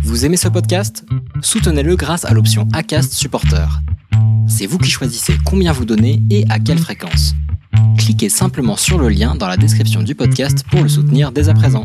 Vous aimez ce podcast ? Soutenez-le grâce à l'option Acast Supporter. C'est vous qui choisissez combien vous donnez et à quelle fréquence. Cliquez simplement sur le lien dans la description du podcast pour le soutenir dès à présent.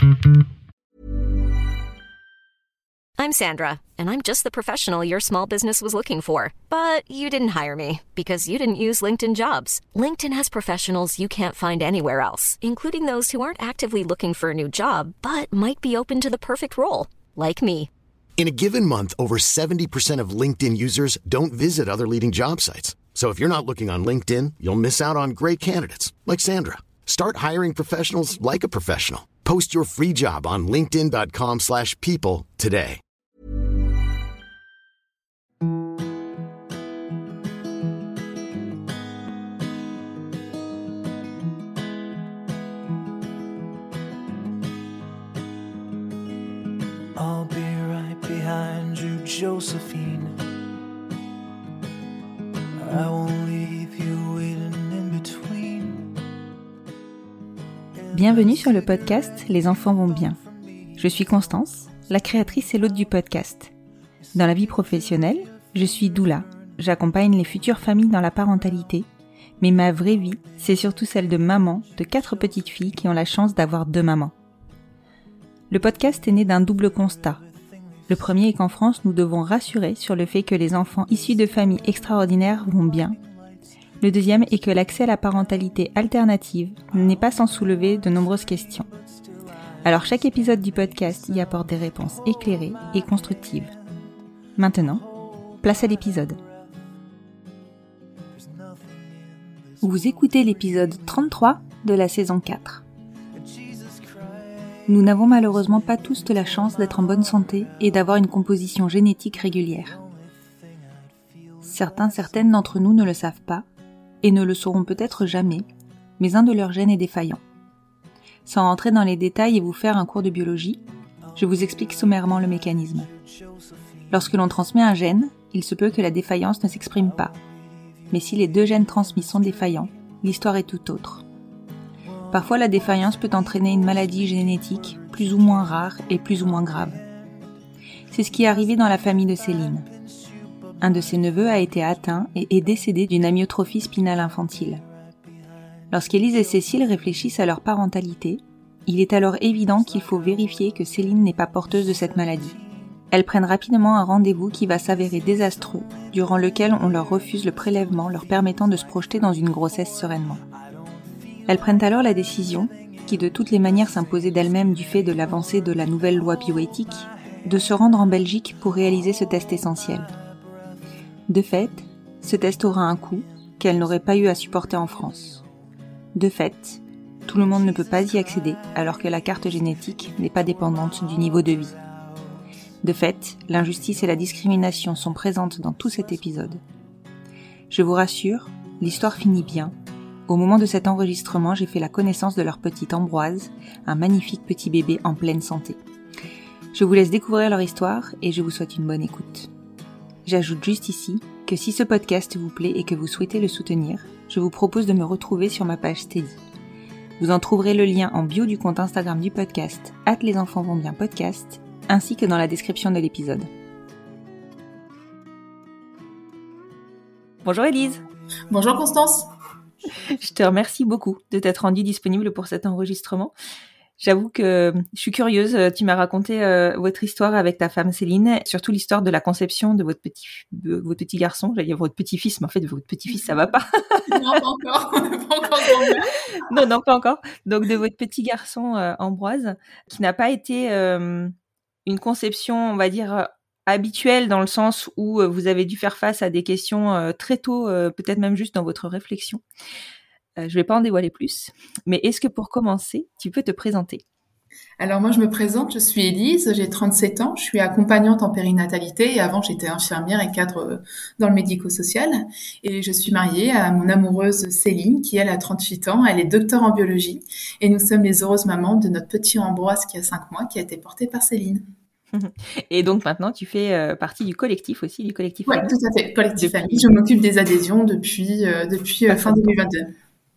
I'm Sandra, and I'm just the professional your small business was looking for. But you didn't hire me because you didn't use LinkedIn Jobs. LinkedIn has professionals you can't find anywhere else, including those who aren't actively looking for a new job, but might be open to the perfect role, like me. In a given month, over 70% of LinkedIn users don't visit other leading job sites. So if you're not looking on LinkedIn, you'll miss out on great candidates like Sandra. Start hiring professionals like a professional. Post your free job on linkedin.com/people today. I'll be right behind you, Josephine. I won't leave you waiting in between. Bienvenue sur le podcast Les enfants vont bien. Je suis Constance, la créatrice et l'hôte du podcast. Dans la vie professionnelle, je suis doula. J'accompagne les futures familles dans la parentalité, mais ma vraie vie, c'est surtout celle de maman de 4 petites filles qui ont la chance d'avoir 2 mamans. Le podcast est né d'un double constat. Le premier est qu'en France, nous devons rassurer sur le fait que les enfants issus de familles extraordinaires vont bien. Le deuxième est que l'accès à la parentalité alternative n'est pas sans soulever de nombreuses questions. Alors chaque épisode du podcast y apporte des réponses éclairées et constructives. Maintenant, place à l'épisode. Vous écoutez l'épisode 33 de la saison 4. Nous n'avons malheureusement pas tous de la chance d'être en bonne santé et d'avoir une composition génétique régulière. Certaines d'entre nous ne le savent pas et ne le sauront peut-être jamais, mais un de leurs gènes est défaillant. Sans rentrer dans les détails et vous faire un cours de biologie, je vous explique sommairement le mécanisme. Lorsque l'on transmet un gène, il se peut que la défaillance ne s'exprime pas. Mais si les 2 gènes transmis sont défaillants, l'histoire est tout autre. Parfois, la défaillance peut entraîner une maladie génétique plus ou moins rare et plus ou moins grave. C'est ce qui est arrivé dans la famille de Céline. Un de ses neveux a été atteint et est décédé d'une amyotrophie spinale infantile. Lorsqu'Élise et Cécile réfléchissent à leur parentalité, il est alors évident qu'il faut vérifier que Céline n'est pas porteuse de cette maladie. Elles prennent rapidement un rendez-vous qui va s'avérer désastreux, durant lequel on leur refuse le prélèvement leur permettant de se projeter dans une grossesse sereinement. Elles prennent alors la décision, qui de toutes les manières s'imposait d'elles-mêmes du fait de l'avancée de la nouvelle loi bioéthique, de se rendre en Belgique pour réaliser ce test essentiel. De fait, ce test aura un coût qu'elles n'auraient pas eu à supporter en France. De fait, tout le monde ne peut pas y accéder alors que la carte génétique n'est pas dépendante du niveau de vie. De fait, l'injustice et la discrimination sont présentes dans tout cet épisode. Je vous rassure, l'histoire finit bien. Au moment de cet enregistrement, j'ai fait la connaissance de leur petite Ambroise, un magnifique petit bébé en pleine santé. Je vous laisse découvrir leur histoire et je vous souhaite une bonne écoute. J'ajoute juste ici que si ce podcast vous plaît et que vous souhaitez le soutenir, je vous propose de me retrouver sur ma page Steady. Vous en trouverez le lien en bio du compte Instagram du podcast @lesenfantsvontsbienpodcast ainsi que dans la description de l'épisode. Bonjour Élise. Bonjour Constance. Je te remercie beaucoup de t'être rendue disponible pour cet enregistrement. J'avoue que je suis curieuse. Tu m'as raconté votre histoire avec ta femme Céline, surtout l'histoire de la conception de votre petit garçon. J'allais dire votre petit-fils, mais en fait, votre petit-fils, ça va pas. Non, pas encore. Pas encore Non, pas encore. Donc, de votre petit garçon Ambroise, qui n'a pas été une conception, on va dire, habituelle dans le sens où vous avez dû faire face à des questions très tôt, peut-être même juste dans votre réflexion. Je vais pas en dévoiler plus, mais est-ce que pour commencer, tu peux te présenter ? Alors moi je me présente, je suis Élise, j'ai 37 ans, je suis accompagnante en périnatalité et avant j'étais infirmière et cadre dans le médico-social et je suis mariée à mon amoureuse Céline qui elle a 38 ans, elle est docteure en biologie et nous sommes les heureuses mamans de notre petit Ambroise qui a 5 mois qui a été porté par Céline. Et donc maintenant tu fais partie du collectif aussi, du collectif famille. Oui, tout à fait, collectif famille, je m'occupe des adhésions depuis fin 2022.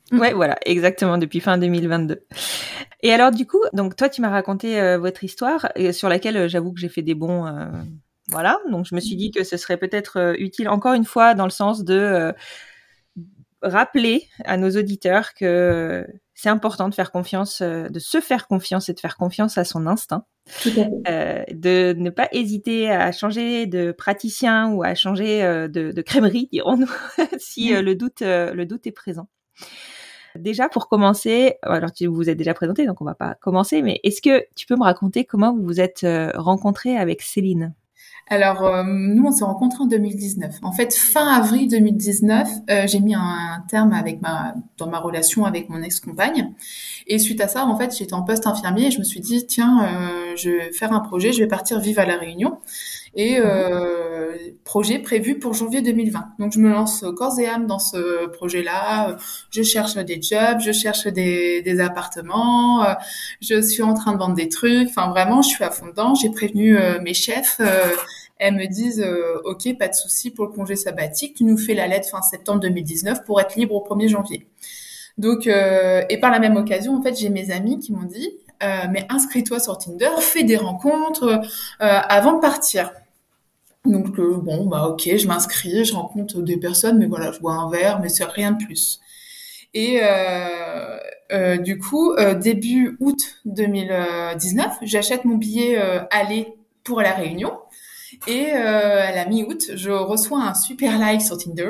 Ouais, voilà, exactement, depuis fin 2022. Et alors, du coup, donc toi, tu m'as raconté votre histoire sur laquelle j'avoue que j'ai fait des bons... voilà, donc je me suis dit que ce serait peut-être utile, encore une fois, dans le sens de rappeler à nos auditeurs que c'est important de faire confiance, de se faire confiance et de faire confiance à son instinct. Tout à fait. De ne pas hésiter à changer de praticien ou à changer de crèmerie, dirons-nous, si le doute est présent. Déjà, pour commencer, alors tu vous êtes déjà présenté, donc on va pas commencer, mais est-ce que tu peux me raconter comment vous vous êtes rencontrés avec Céline ? Alors, nous, on s'est rencontrés en 2019. En fait, fin avril 2019, j'ai mis un terme dans ma relation avec mon ex-compagne. Et suite à ça, en fait, j'étais en poste infirmier et je me suis dit, tiens, je vais faire un projet, je vais partir vivre à La Réunion. Et projet prévu pour janvier 2020. Donc, je me lance corps et âme dans ce projet-là. Je cherche des jobs, je cherche des appartements. Je suis en train de vendre des trucs. Enfin, vraiment, je suis à fond dedans. J'ai prévenu mes chefs. Elles me disent OK, pas de souci pour le congé sabbatique. Tu nous fais la lettre fin septembre 2019 pour être libre au 1er janvier. Donc, et par la même occasion, en fait, j'ai mes amis qui m'ont dit mais inscris-toi sur Tinder, fais des rencontres avant de partir. Donc bon, bah OK, je m'inscris, je rencontre des personnes, mais voilà, je bois un verre, mais c'est rien de plus. Et du coup, début août 2019, j'achète mon billet aller pour La Réunion. Et à la mi-août, je reçois un super like sur Tinder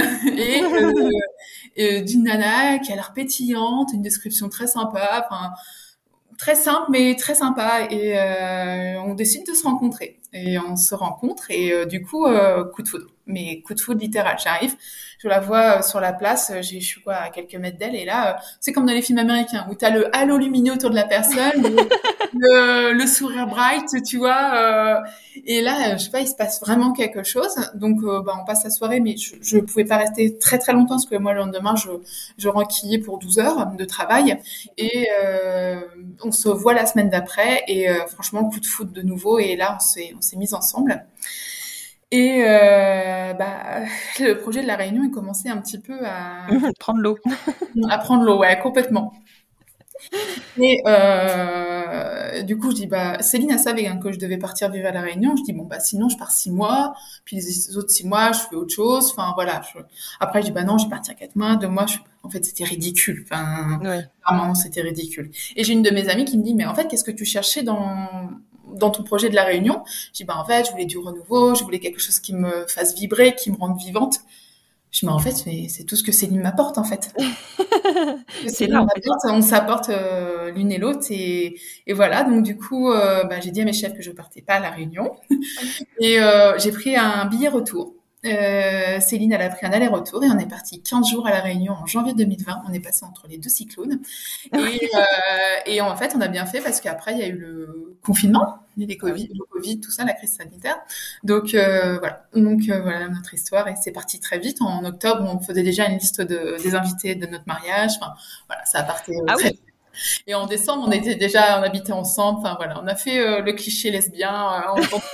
et d'une nana qui a l'air pétillante, une description très sympa, enfin très simple mais très sympa. Et on décide de se rencontrer. Et on se rencontre et du coup, coup de foudre. Mais coup de foudre littéral. J'arrive, je la vois sur la place, je suis quoi, à quelques mètres d'elle. Et là, c'est comme dans les films américains où t'as le halo lumineux autour de la personne, le sourire bright, tu vois. Et là, je sais pas, il se passe vraiment quelque chose. Donc, on passe la soirée, mais je pouvais pas rester très très longtemps parce que moi, le lendemain, je renquillais pour 12 heures de travail. Et on se voit la semaine d'après. Et franchement, coup de foudre de nouveau. Et là, on s'est mis ensemble. Et le projet de La Réunion, il commençait un petit peu à prendre l'eau. À prendre l'eau, ouais, complètement. Et du coup, je dis, Céline, elle savait que je devais partir vivre à La Réunion. Je dis, sinon, je pars 6 mois. Puis les autres 6 mois, je fais autre chose. Enfin, voilà. Après, je dis, non, je vais partir 4 mois, 2 mois. En fait, c'était ridicule. Enfin, ouais. Vraiment, c'était ridicule. Et j'ai une de mes amies qui me dit, mais en fait, qu'est-ce que tu cherchais dans ton projet de La Réunion? Je dis, en fait, je voulais du renouveau. Je voulais quelque chose qui me fasse vibrer, qui me rende vivante. Je dis, en fait, c'est tout ce que Céline m'apporte, en fait. C'est là, en fait. On s'apporte l'une et l'autre. Et voilà, donc du coup, j'ai dit à mes chefs que je partais pas à La Réunion. Et j'ai pris un billet retour. Céline, elle a pris un aller-retour et on est parti 15 jours à La Réunion en janvier 2020. On est passé entre les deux cyclones. Et en fait, on a bien fait parce qu'après, il y a eu le confinement, le Covid, tout ça, la crise sanitaire. Donc, voilà. Donc, voilà notre histoire. Et c'est parti très vite. En octobre, on faisait déjà une liste des invités de notre mariage. Enfin, voilà, ça a parti très vite. Et en décembre, on habitait ensemble. Enfin, voilà, on a fait le cliché lesbien.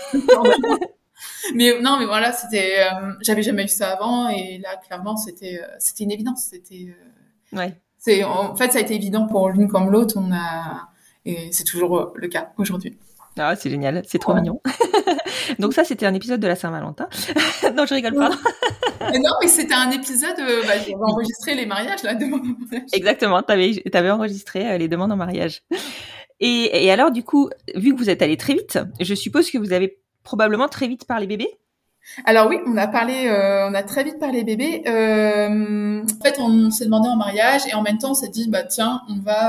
Mais voilà, c'était, j'avais jamais eu ça avant, et là, clairement, c'était une évidence. En fait, ça a été évident pour l'une comme l'autre. Et c'est toujours le cas aujourd'hui. Ah, c'est génial, c'est trop mignon. Donc ça, c'était un épisode de la Saint-Valentin. Non, je rigole pas. Non, mais c'était un épisode, j'avais enregistré les mariages, là, demandes en mariage. Exactement, t'avais enregistré les demandes en mariage. Et alors, du coup, vu que vous êtes allés très vite, je suppose que vous avez probablement très vite parlé bébé. Alors oui, on a très vite parlé bébé. En fait, on s'est demandé en mariage et en même temps, on s'est dit, tiens,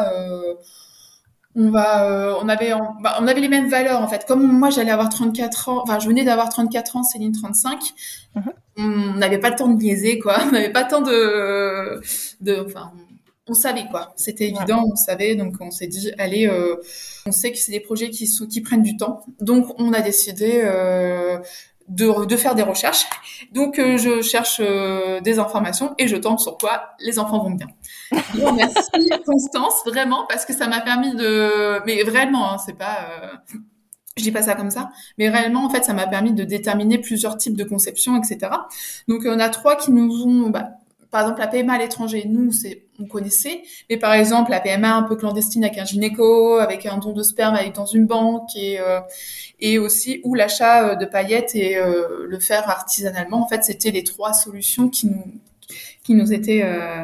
on avait les mêmes valeurs, en fait. Comme moi, j'allais avoir 34 ans, enfin, je venais d'avoir 34 ans, Céline 35. On n'avait pas le temps de niaiser, quoi. On n'avait pas le temps on savait, quoi. C'était évident, on savait. Donc, on s'est dit, allez, on sait que c'est des projets qui prennent du temps. Donc, on a décidé de faire des recherches. Donc, je cherche des informations et je tombe sur quoi? Les enfants vont bien. Bon, merci Constance, vraiment, parce que ça m'a permis mais vraiment, c'est pas, je dis pas ça comme ça, mais réellement, en fait, ça m'a permis de déterminer plusieurs types de conceptions, etc. Donc, on a 3 qui nous ont, par exemple, la PMA à l'étranger, nous, on connaissait, mais par exemple, la PMA un peu clandestine avec un gynéco, avec un don de sperme avec dans une banque et aussi, ou l'achat de paillettes et le faire artisanalement. En fait, c'était les 3 solutions qui nous étaient,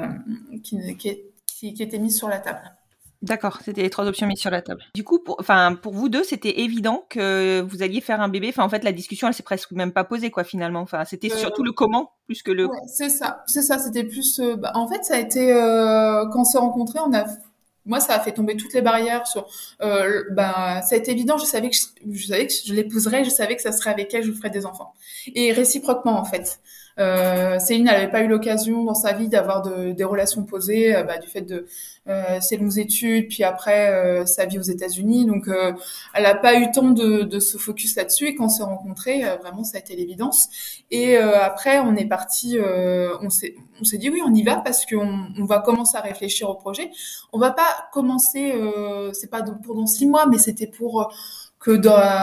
qui étaient mises sur la table. D'accord, c'était les 3 options mises sur la table. Du coup, pour vous deux, c'était évident que vous alliez faire un bébé. Enfin, en fait, la discussion, elle s'est presque même pas posée, quoi, finalement. Enfin, c'était surtout le comment, plus que le... Ouais, c'est ça. C'était plus, en fait, ça a été, quand on s'est rencontrés, moi, ça a fait tomber toutes les barrières sur, ça a été évident. Je savais que je l'épouserais, je savais que ça serait avec elle, je ferais des enfants. Et réciproquement, en fait. Céline, elle n'avait pas eu l'occasion dans sa vie d'avoir des relations posées, du fait de ses longues études, puis après sa vie aux États-Unis. Donc, elle n'a pas eu le temps de se focus là-dessus. Et quand on s'est rencontrés, vraiment, ça a été l'évidence. Et après, on est parti. On s'est dit oui, on y va parce qu'on va commencer à réfléchir au projet. On va pas commencer. C'est pas pour dans 6 mois, mais c'était pour qu'au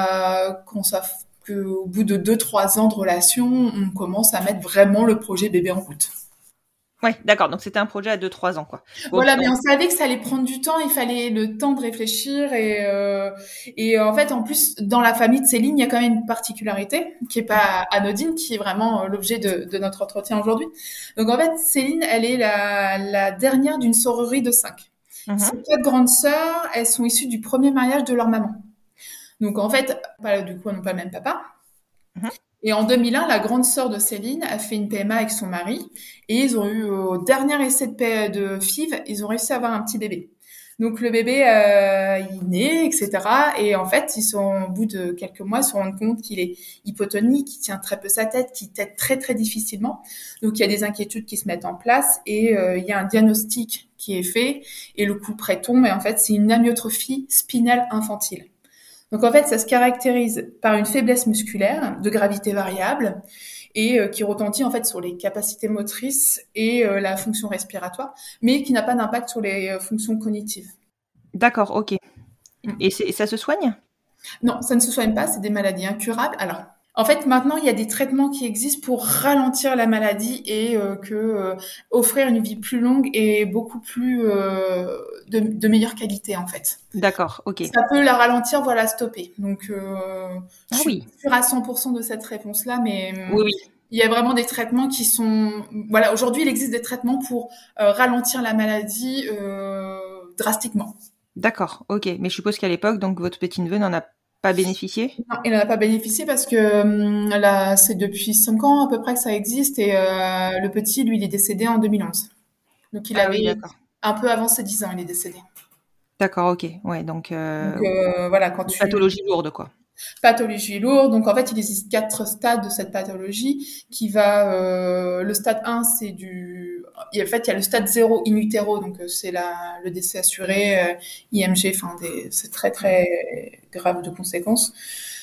bout de 2-3 ans de relation, on commence à mettre vraiment le projet bébé en route. Ouais, d'accord. Donc, c'était un projet à 2-3 ans, quoi. Voilà, mais on savait que ça allait prendre du temps. Il fallait le temps de réfléchir et en fait, en plus, dans la famille de Céline, il y a quand même une particularité qui est pas anodine, qui est vraiment l'objet de notre entretien aujourd'hui. Donc, en fait, Céline, elle est la dernière d'une sororie de 5. Ses 4 grandes sœurs, elles sont issues du premier mariage de leur maman. Donc, en fait, du coup, elles n'ont pas le même papa. Et en 2001, la grande sœur de Céline a fait une PMA avec son mari et ils ont eu, au dernier essai de FIV, ils ont réussi à avoir un petit bébé. Donc, le bébé, il naît, etc. Et en fait, au bout de quelques mois, ils se rendent compte qu'il est hypotonique, qu'il tient très peu sa tête, qu'il tète très, très difficilement. Donc, il y a des inquiétudes qui se mettent en place et il y a un diagnostic qui est fait et le coup près tombe. Et en fait, c'est une amyotrophie spinale infantile. Donc en fait, ça se caractérise par une faiblesse musculaire de gravité variable et qui retentit en fait sur les capacités motrices et la fonction respiratoire, mais qui n'a pas d'impact sur les fonctions cognitives. D'accord, ok. Et ça se soigne ? Non, ça ne se soigne pas, c'est des maladies incurables. Alors, en fait, maintenant, il y a des traitements qui existent pour ralentir la maladie et offrir une vie plus longue et beaucoup plus de meilleure qualité, en fait. D'accord, ok. Ça peut la ralentir, voire la stopper. Donc, je suis oui. sûre à 100% de cette réponse-là, mais oui. Il y a vraiment des traitements qui sont... Voilà, aujourd'hui, il existe des traitements pour ralentir la maladie drastiquement. D'accord, ok. Mais je suppose qu'à l'époque, donc votre petit-neveu n'en a pas bénéficié ? Non, il n'en a pas bénéficié parce que là, c'est depuis 5 ans à peu près que ça existe et le petit, lui, il est décédé en 2011. Donc, il avait un peu avant ses 10 ans, il est décédé. D'accord, ok. Ouais, donc voilà, quand pathologie lourde, quoi. Pathologie lourde. Donc, en fait, il existe 4 stades de cette pathologie qui va... le stade 1, c'est en fait, il y a le stade 0 in utero, donc c'est le décès assuré, IMG, c'est très, très grave de conséquences.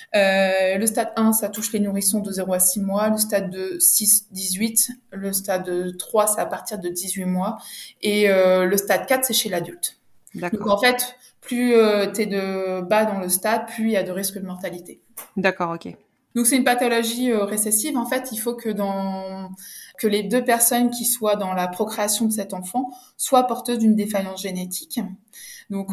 Le stade 1, ça touche les nourrissons de 0 à 6 mois. Le stade 2, 6, 18. Le stade 3, c'est à partir de 18 mois. Et le stade 4, c'est chez l'adulte. D'accord. Donc, en fait, plus t'es de bas dans le stade, plus il y a de risque de mortalité. D'accord, ok. Donc, c'est une pathologie récessive. En fait, il faut que les 2 personnes qui soient dans la procréation de cet enfant soient porteuses d'une défaillance génétique. Donc,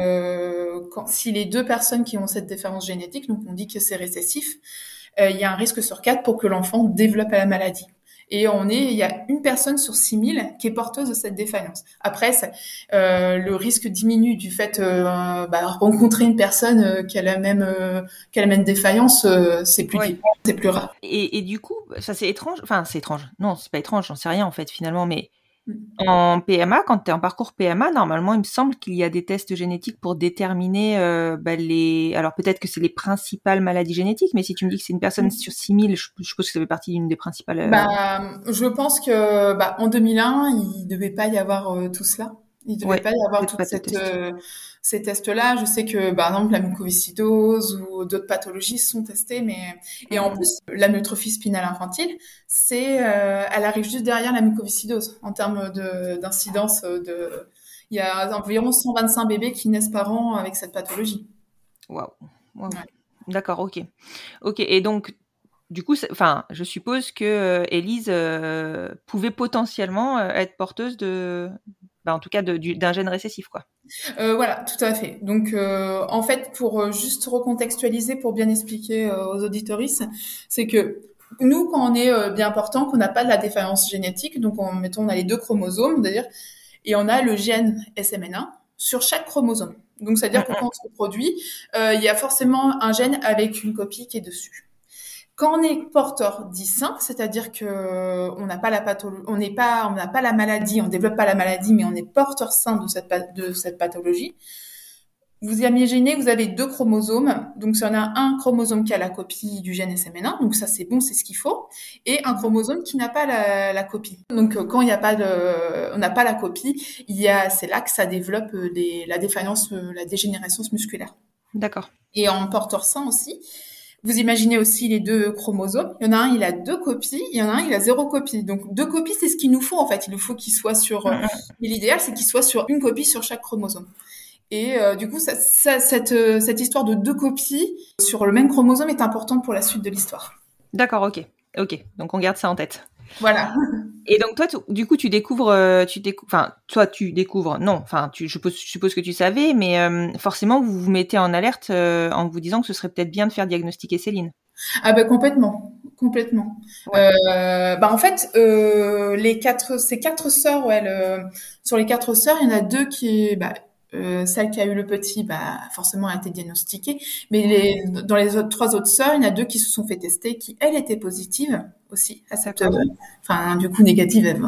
si les 2 personnes qui ont cette défaillance génétique, donc on dit que c'est récessif, il y a un risque sur 4 pour que l'enfant développe la maladie. Et il y a une personne sur 6000 qui est porteuse de cette défaillance. Après, le risque diminue du fait rencontrer une personne qui a la même défaillance, c'est plus rare. Et du coup, ça c'est étrange. Enfin, c'est étrange. Non, c'est pas étrange. J'en sais rien en fait finalement, mais en PMA, quand tu es en parcours PMA, normalement, il me semble qu'il y a des tests génétiques pour déterminer alors peut-être que c'est les principales maladies génétiques, mais si tu me dis que c'est une personne sur 6000, je suppose que ça fait partie d'une des principales... Je pense que en 2001, il devait pas y avoir tout cela. Il devait pas y avoir toutes ces tests-là. Je sais que, par exemple, la mucoviscidose ou d'autres pathologies sont testées, et en plus, l'amyotrophie spinale infantile, elle arrive juste derrière la mucoviscidose en termes d'incidence il y a environ 125 bébés qui naissent par an avec cette pathologie. Waouh. Ouais. D'accord, ok. Ok, et donc, du coup, je suppose que Élise pouvait potentiellement être porteuse en tout cas d'un gène récessif, quoi. Voilà, tout à fait. Donc, en fait, pour juste recontextualiser, pour bien expliquer aux auditoristes, c'est que nous, quand on est bien portant, qu'on n'a pas de la défaillance génétique, donc mettons, on a les 2 chromosomes, c'est-à-dire, et on a le gène SMN1 sur chaque chromosome. Donc, c'est-à-dire que quand on se produit, il y a forcément un gène avec une copie qui est dessus. Quand on est porteur distinct, c'est-à-dire que on n'a pas la pathologie, on n'a pas la maladie, on développe pas la maladie, mais on est porteur sain de cette pathologie. Vous imaginez que vous avez 2 chromosomes, donc si on a un chromosome qui a la copie du gène SMN1, donc ça c'est bon, c'est ce qu'il faut, et un chromosome qui n'a pas la copie. Donc quand il n'y a pas on n'a pas la copie, c'est là que ça développe la défaillance, la dégénérescence musculaire. D'accord. Et en porteur sain aussi. Vous imaginez aussi les 2 chromosomes. Il y en a un, il a 2 copies. Il y en a un, il a 0 copie. Donc, 2 copies, c'est ce qu'il nous faut, en fait. Il nous faut qu'il soit mais l'idéal, c'est qu'il soit sur une copie sur chaque chromosome. Et du coup, cette histoire de 2 copies sur le même chromosome est importante pour la suite de l'histoire. D'accord, ok. Donc, on garde ça en tête. Voilà. Et donc, toi, du coup, tu découvres, non, je suppose que tu savais, mais forcément, vous vous mettez en alerte en vous disant que ce serait peut-être bien de faire diagnostiquer Céline. Ah ben complètement. Ouais. En fait, ces 4 sœurs, sur les 4 sœurs, il y en a 2 qui, celle qui a eu le petit, forcément a été diagnostiquée, mais dans les 3 autres sœurs, il y en a 2 qui se sont fait tester, qui elles étaient positives aussi à cette, du coup négative,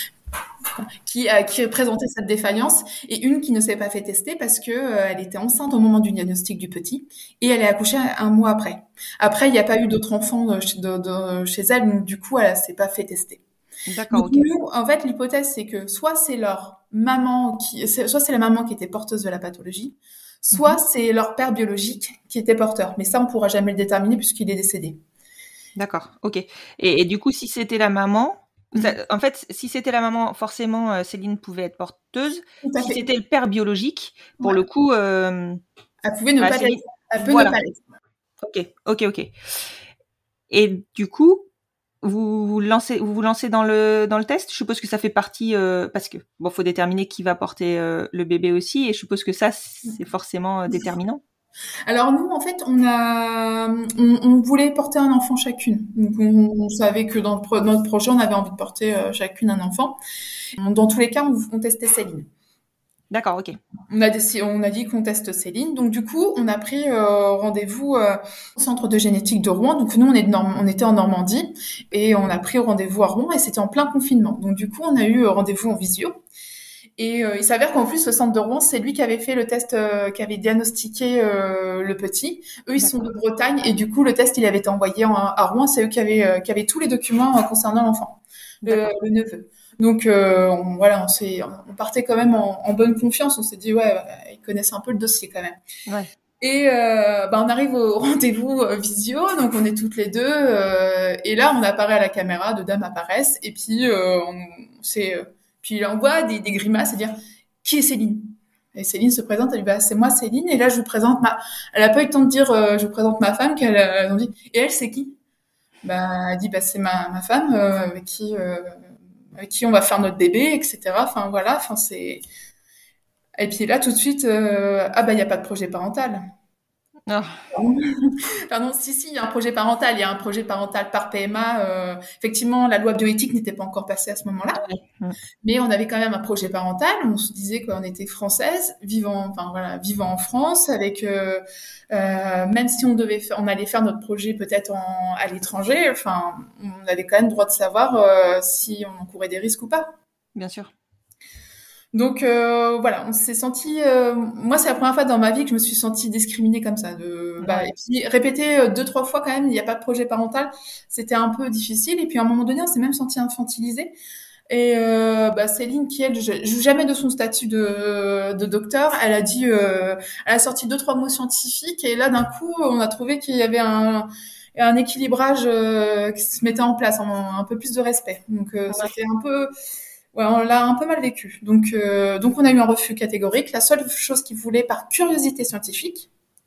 qui présentait cette défaillance, et une qui ne s'est pas fait tester parce que elle était enceinte au moment du diagnostic du petit et elle est accouchée 1 mois après. Après, il n'y a pas eu d'autres enfants chez elle, donc du coup, elle s'est pas fait tester. D'accord. Donc, nous, en fait, l'hypothèse, c'est que soit c'est la maman qui était porteuse de la pathologie, soit c'est leur père biologique qui était porteur. Mais ça, on pourra jamais le déterminer puisqu'il est décédé. D'accord, ok. Et du coup, si c'était la maman, en fait, si c'était la maman, forcément, Céline pouvait être porteuse. Si c'était le père biologique, pour le coup, elle pouvait ne pas l'être. Elle peut ne pas l'être. Ok. Et du coup, vous vous lancez dans le test. Je suppose que ça fait partie parce que faut déterminer qui va porter le bébé aussi, et je suppose que ça c'est forcément déterminant. Alors nous, en fait, on voulait porter un enfant chacune. Donc on savait que dans notre projet, on avait envie de porter chacune un enfant. Dans tous les cas, on testait Céline. D'accord, ok. On a dit qu'on teste Céline. Donc du coup, on a pris rendez-vous au centre de génétique de Rouen. Donc nous, on était en Normandie et on a pris rendez-vous à Rouen et c'était en plein confinement. Donc du coup, on a eu rendez-vous en visio. Et il s'avère qu'en plus, le centre de Rouen, c'est lui qui avait fait le test, qui avait diagnostiqué le petit. Eux, ils sont de Bretagne et du coup, le test, il avait été envoyé à Rouen. C'est eux qui avaient tous les documents concernant l'enfant, le neveu. Donc on partait quand même en bonne confiance. On s'est dit ils connaissent un peu le dossier quand même. Ouais. Et on arrive au rendez-vous visio, donc on est toutes les 2 et là on apparaît à la caméra, 2 dames apparaissent et puis puis il envoie des grimaces et dire qui est Céline. Et Céline se présente, elle dit c'est moi Céline, et là je vous présente elle a pas eu le temps de dire je vous présente ma femme, qu'elle ont dit et elle c'est qui. Elle dit c'est ma femme avec qui on va faire notre bébé, etc. Enfin voilà, c'est. Et puis là tout de suite, il y a pas de projet parental. Non. Pardon, si, il y a un projet parental. Il y a un projet parental par PMA. Effectivement, la loi bioéthique n'était pas encore passée à ce moment-là. Ouais. Mais on avait quand même un projet parental. On se disait qu'on était française, vivant en France, avec même si on allait faire notre projet peut-être à l'étranger. Enfin, on avait quand même le droit de savoir si on encourait des risques ou pas. Bien sûr. Donc on s'est senti. Moi, c'est la première fois dans ma vie que je me suis sentie discriminée comme ça. Et puis répéter 2-3 fois quand même, il n'y a pas de projet parental, c'était un peu difficile. Et puis à un moment donné, on s'est même senti infantilisée. Et Céline, qui elle joue jamais de son statut de docteur, elle a dit, elle a sorti 2-3 mots scientifiques. Et là, d'un coup, on a trouvé qu'il y avait un équilibrage qui se mettait en place, un peu plus de respect. Donc c'était un peu. Ouais, on l'a un peu mal vécu. Donc on a eu un refus catégorique. La seule chose qu'ils voulaient par curiosité scientifique,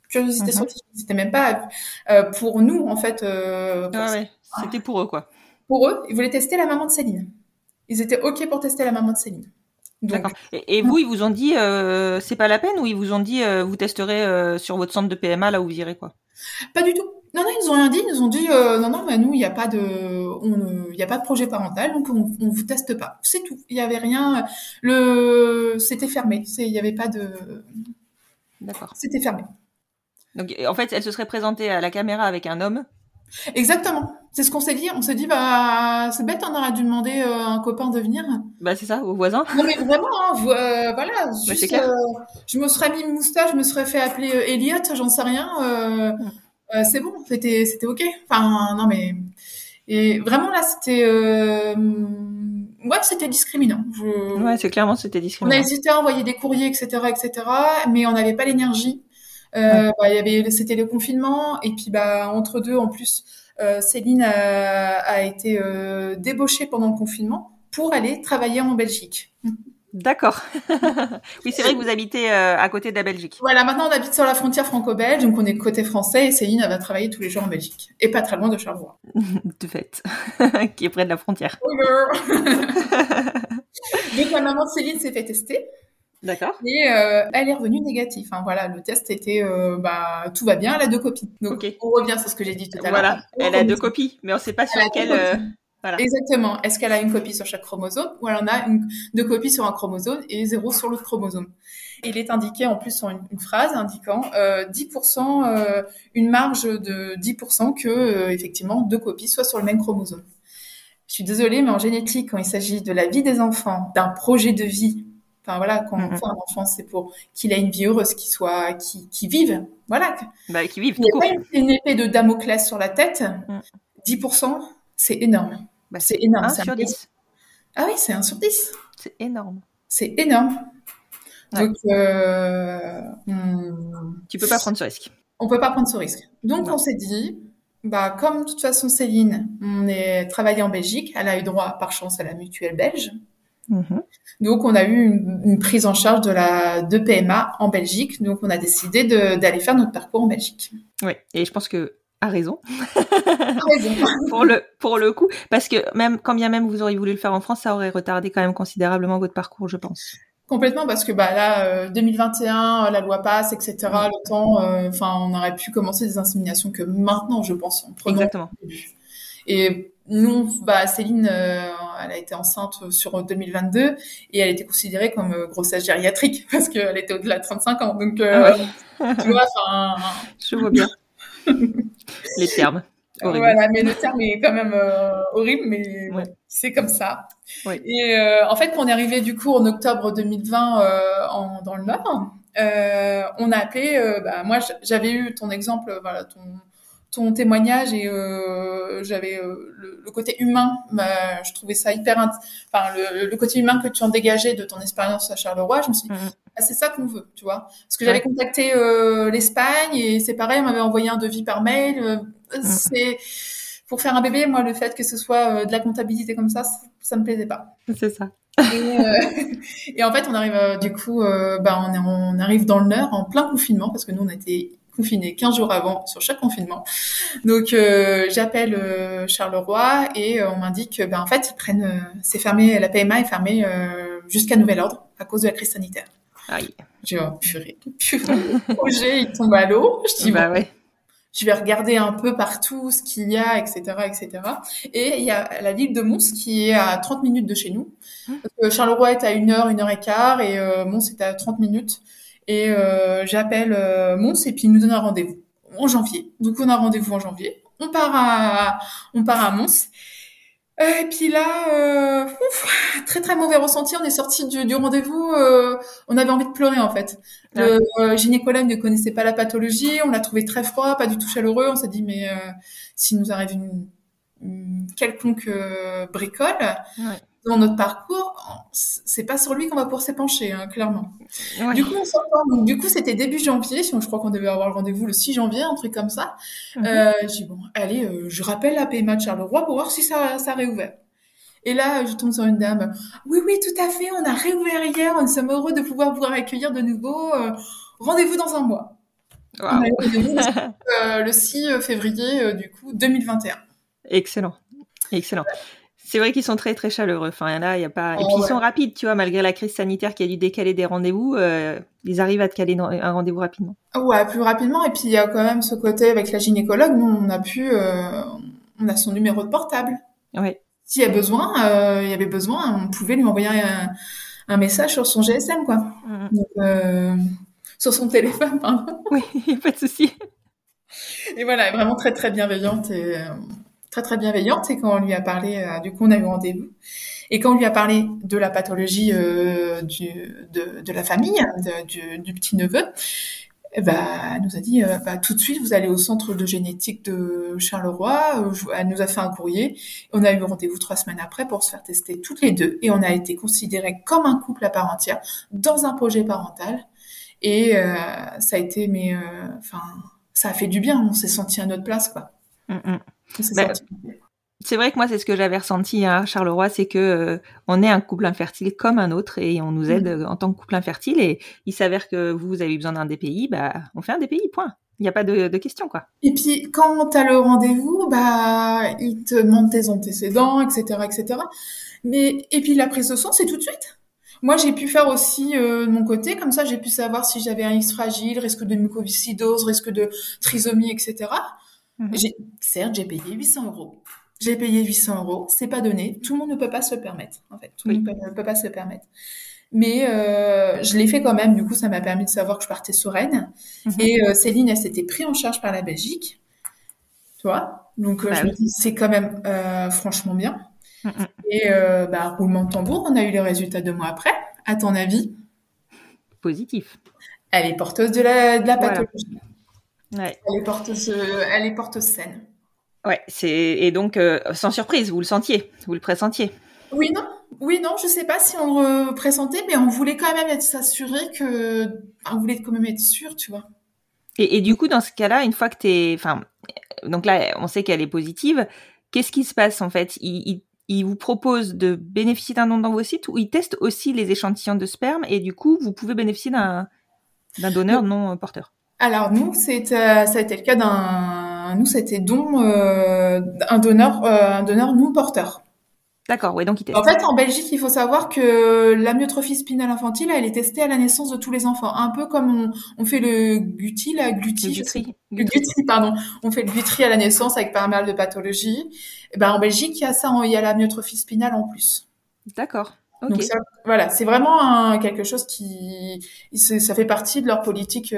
Curiosité scientifique. C'était même pas pour nous, en fait. C'était pour eux, quoi. Pour eux, ils voulaient tester la maman de Céline. Ils étaient OK pour tester la maman de Céline. Donc, d'accord. Et vous, ils vous ont dit c'est pas la peine, ou ils vous ont dit vous testerez sur votre centre de PMA là où vous irez, quoi? pas du tout. Non, ils nous ont rien dit. Ils nous ont dit non, mais nous, il n'y a pas de projet parental, donc on vous teste pas. C'est tout. Il y avait rien. C'était fermé. Il y avait pas de. D'accord. C'était fermé. Donc en fait, elle se serait présentée à la caméra avec un homme. Exactement. C'est ce qu'on s'est dit. On s'est dit, bah, c'est bête, on aurait dû demander à un copain de venir. Bah, c'est ça, au voisin. Non, mais vraiment, voilà. Bah, Juste, c'est clair. je me serais mis une moustache, je me serais fait appeler Elliot, j'en sais rien. C'est bon, c'était OK. Enfin, non, mais. Et vraiment, là, c'était. Ouais, c'était discriminant. Ouais, c'est clairement, c'était On a discriminant. hésité à envoyer des courriers, etc., mais on n'avait pas l'énergie. C'était le confinement, et puis entre deux, en plus, Céline a été débauchée pendant le confinement pour aller travailler en Belgique. D'accord. Oui, c'est vrai que vous habitez à côté de la Belgique. Voilà, maintenant on habite sur la frontière franco-belge, donc on est côté français, et Céline, elle va travailler tous les jours en Belgique, et pas très loin de Charleroi. De fait, qui est près de la frontière. Donc la maman de Céline s'est fait tester. D'accord. Et elle est revenue négative. Enfin, voilà, le test était tout va bien, elle a 2 copies. Donc Okay. on revient sur ce que j'ai dit tout à l'heure. Voilà, elle a 2 copies, mais on ne sait pas sur quelle. Voilà. Exactement. Est-ce qu'elle a une copie sur chaque chromosome, ou elle en a 2 copies sur un chromosome et 0 sur l'autre chromosome. Il est indiqué en plus sur une phrase indiquant 10%, une marge de 10% que effectivement 2 copies soient sur le même chromosome. Je suis désolée, mais en génétique, quand il s'agit de la vie des enfants, d'un projet de vie. Enfin voilà, quand on fait un enfant, c'est pour qu'il ait une vie heureuse, qu'il vive, voilà. Qu'il vive. Il n'y a pas une épée de Damoclès sur la tête. 10%, c'est énorme. C'est énorme. 1 sur 10. Ah oui, c'est 1 sur 10. C'est énorme. C'est énorme. Ouais. Donc, tu peux pas prendre ce risque. On peut pas prendre ce risque. Donc, non. On s'est dit, comme de toute façon Céline, on est travaillé en Belgique, elle a eu droit par chance à la mutuelle belge. Donc, on a eu une prise en charge de PMA en Belgique. Donc, on a décidé d'aller faire notre parcours en Belgique. Oui, et je pense que a raison. Raison. pour le coup, parce que même quand bien même vous auriez voulu le faire en France, ça aurait retardé quand même considérablement votre parcours, je pense. Complètement, parce que là, 2021, la loi passe, etc. Le temps, on aurait pu commencer des inséminations que maintenant, je pense, en prenant. Exactement. Et nous, Céline, elle a été enceinte sur 2022 et elle était considérée comme grossesse gériatrique parce qu'elle était au-delà de 35 ans. Donc, tu vois, je vois bien les termes. Horrible. Voilà, mais le terme est quand même horrible, mais ouais. C'est comme ça. Ouais. Et en fait, quand on est arrivé du coup en octobre 2020 dans le Nord, on a appelé. Moi, j'avais eu ton exemple, voilà, ton témoignage, et j'avais le côté humain. Je trouvais ça hyper. Le côté humain que tu en dégageais de ton expérience à Charleroi, je me suis dit, c'est ça qu'on veut, tu vois. Parce que j'avais contacté l'Espagne et c'est pareil, on m'avait envoyé un devis par mail. C'est pour faire un bébé, moi, le fait que ce soit de la comptabilité comme ça me plaisait pas. C'est ça. Et en fait, on arrive du coup, on arrive dans le Nord en plein confinement, parce que nous on a été confinés 15 jours avant sur chaque confinement. Donc j'appelle Charleroi et on m'indique en fait c'est fermé, la PMA est fermée jusqu'à nouvel ordre à cause de la crise sanitaire. Aïe. Je dis purée, le projet il tombe à l'eau. Je dis ouais. Je vais regarder un peu partout ce qu'il y a, etc., etc. Et il y a la ville de Mons qui est à 30 minutes de chez nous. Parce que Charleroi est à 1 et quart et Mons est à 30 minutes. Et j'appelle Mons et puis il nous donne un rendez-vous en janvier. Donc on a rendez-vous en janvier. On part à Mons. Et puis là, très très mauvais ressenti. On est sorti du rendez-vous. On avait envie de pleurer en fait. Le gynécologue ne connaissait pas la pathologie. On l'a trouvé très froid, pas du tout chaleureux. On s'est dit mais s'il nous arrive une quelconque bricole dans notre parcours, c'est pas sur lui qu'on va pouvoir s'épancher, clairement. Ouais. Du coup, on s'entend. Donc, du coup, c'était début janvier. Je crois qu'on devait avoir le rendez-vous le 6 janvier, un truc comme ça. J'ai dit, bon, allez, je rappelle la PMA de Charleroi pour voir si ça réouvert. Et là, je tombe sur une dame. Oui, tout à fait. On a réouvert hier. Nous sommes heureux de pouvoir vous accueillir de nouveau. Rendez-vous dans un mois. On a eu rendez-vous le 6 février, du coup, 2021. Excellent. C'est vrai qu'ils sont très, très chaleureux. Enfin, là, il y a pas... Et puis, ouais. Ils sont rapides, tu vois, malgré la crise sanitaire qui a dû décaler des rendez-vous, ils arrivent à te caler un rendez-vous rapidement. Ouais, plus rapidement. Et puis, il y a quand même ce côté avec la gynécologue. Nous, on a son numéro de portable. Ouais. S'il y a besoin, il y avait besoin, on pouvait lui envoyer un message sur son GSM, quoi. Donc, sur son téléphone, pardon. Oui, il n'y a pas de souci. Et voilà, elle est vraiment très, très bienveillante et très, très bienveillante. Et quand on lui a parlé, du coup, on a eu rendez-vous. Et quand on lui a parlé de la pathologie de la famille, du petit-neveu, elle nous a dit, tout de suite, vous allez au centre de génétique de Charleroi. Elle nous a fait un courrier. On a eu rendez-vous 3 semaines après pour se faire tester toutes les deux. Et on a été considérés comme un couple à part entière dans un projet parental. Et ça a été, ça a fait du bien. On s'est senti à notre place, quoi. On s'est senti... C'est vrai que moi, c'est ce que j'avais ressenti à Charleroi, c'est que on est un couple infertile comme un autre et on nous aide en tant que couple infertile. Et il s'avère que vous avez besoin d'un DPI, on fait un DPI, point. Il n'y a pas de question, quoi. Et puis, quand t'as le rendez-vous, ils te demandent tes antécédents, etc., etc. Et puis, la prise de sang, c'est tout de suite. Moi, j'ai pu faire aussi de mon côté, comme ça, j'ai pu savoir si j'avais un X fragile, risque de mucoviscidose, risque de trisomie, etc. Certes, j'ai payé 800 €. J'ai payé 800 €, c'est pas donné. Tout le monde ne peut pas se le permettre, en fait. Tout le monde ne peut pas se le permettre. Mais je l'ai fait quand même. Du coup, ça m'a permis de savoir que je partais sereine. Et Céline, elle s'était prise en charge par la Belgique. Tu vois ? Donc, je me dis, c'est quand même franchement bien. Et roulement de tambour, on a eu les résultats 2 mois après. À ton avis ? Positif. Elle est porteuse de la pathologie. Ouais. Elle est porteuse saine. Ouais, et donc sans surprise, vous le pressentiez. Oui, non, je sais pas si on le pressentait, mais on voulait quand même s'assurer on voulait quand même être sûr, tu vois. Et du coup, dans ce cas-là, une fois que donc là, on sait qu'elle est positive, qu'est-ce qui se passe en fait ? Il vous propose de bénéficier d'un don d'ovocytes ou il teste aussi les échantillons de sperme et du coup, vous pouvez bénéficier d'un donneur non porteur. Alors nous, ça a été le cas nous c'était un donneur non porteur. D'accord, ouais, donc il teste. En fait, en Belgique, il faut savoir que l'amyotrophie spinale infantile, elle est testée à la naissance de tous les enfants, un peu comme on fait le Guthrie, pardon. On fait le Guthrie à la naissance avec pas mal de pathologies. Et en Belgique, il y a l'amyotrophie spinale en plus. D'accord. Okay. Donc ça, voilà, c'est vraiment quelque chose ça fait partie de leur politique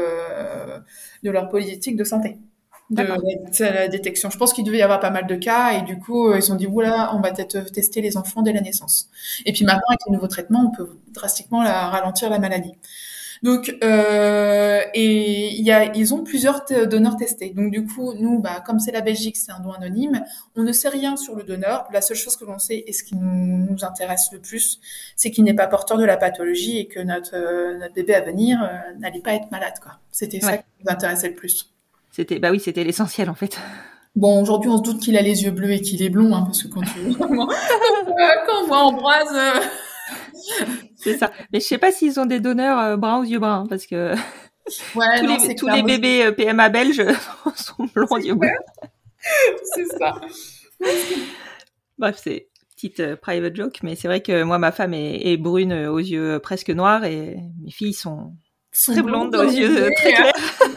de santé, de la détection. Je pense qu'il devait y avoir pas mal de cas et du coup ils se sont dit oula, on va peut-être tester les enfants dès la naissance. Et puis maintenant avec les nouveaux traitements, on peut drastiquement ralentir la maladie. Donc ils ont plusieurs donneurs testés. Donc du coup, nous, comme c'est la Belgique, c'est un don anonyme, on ne sait rien sur le donneur. La seule chose que l'on sait et ce qui nous intéresse le plus, c'est qu'il n'est pas porteur de la pathologie et que notre bébé à venir n'allait pas être malade, quoi. C'était ça qui nous intéressait le plus. C'était l'essentiel en fait. Bon, aujourd'hui, on se doute qu'il a les yeux bleus et qu'il est blond, hein, parce que quand on voit Ambroise. C'est ça. Mais je sais pas s'ils ont des donneurs bruns aux yeux bruns, parce que tous les bébés PMA belges sont blonds aux yeux bruns. C'est ça. Bref, c'est petite private joke, mais c'est vrai que moi, ma femme est brune aux yeux presque noirs et mes filles sont très blondes aux yeux très clairs.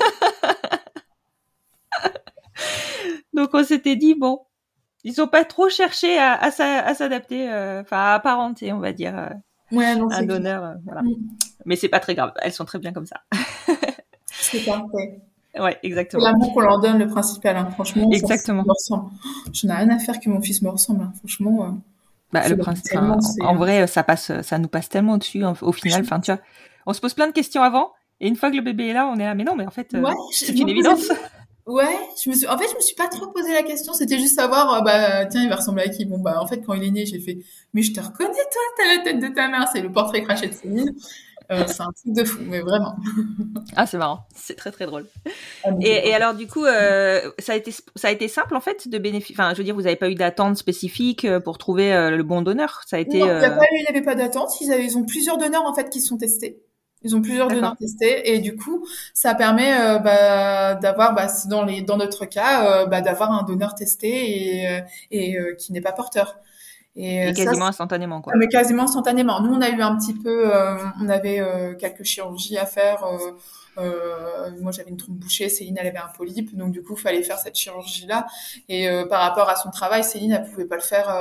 Donc on s'était dit, bon, ils ont pas trop cherché à s'adapter, à apparenter, on va dire, un donneur. Voilà. Mais c'est pas très grave, elles sont très bien comme ça. C'est parfait. Ouais, exactement. C'est l'amour qu'on leur donne, le principal, hein. Franchement. Exactement. Je n'ai rien à faire que mon fils me ressemble, hein. Franchement. Le principe, en vrai, ça nous passe tellement dessus, au final. Enfin, tu vois, on se pose plein de questions avant, et une fois que le bébé est là, on est là, mais non, mais en fait, c'est une évidence. Ouais, je me suis pas trop posé la question, c'était juste savoir, tiens, il va ressembler à qui? Bon, en fait, quand il est né, j'ai fait, mais je te reconnais, toi, t'as la tête de ta mère, c'est le portrait craché de Céline. C'est un truc de fou, mais vraiment. Ah, c'est marrant, c'est très très drôle. Et alors, du coup, ça a été simple, en fait, de bénéficier, enfin, je veux dire, vous avez pas eu d'attente spécifique pour trouver le bon donneur, ça a été... Non, il n'y avait pas d'attente, ils ont plusieurs donneurs, en fait, qui sont testés. Ils ont plusieurs donneurs testés et du coup, ça permet d'avoir, dans notre cas, d'avoir un donneur testé et qui n'est pas porteur. Et quasiment instantanément, quoi. Mais quasiment instantanément. Nous, on a eu un petit peu, on avait quelques chirurgies à faire. Moi, j'avais une trompe bouchée, Céline, elle avait un polype, donc du coup, il fallait faire cette chirurgie-là. Et par rapport à son travail, Céline, elle pouvait pas le faire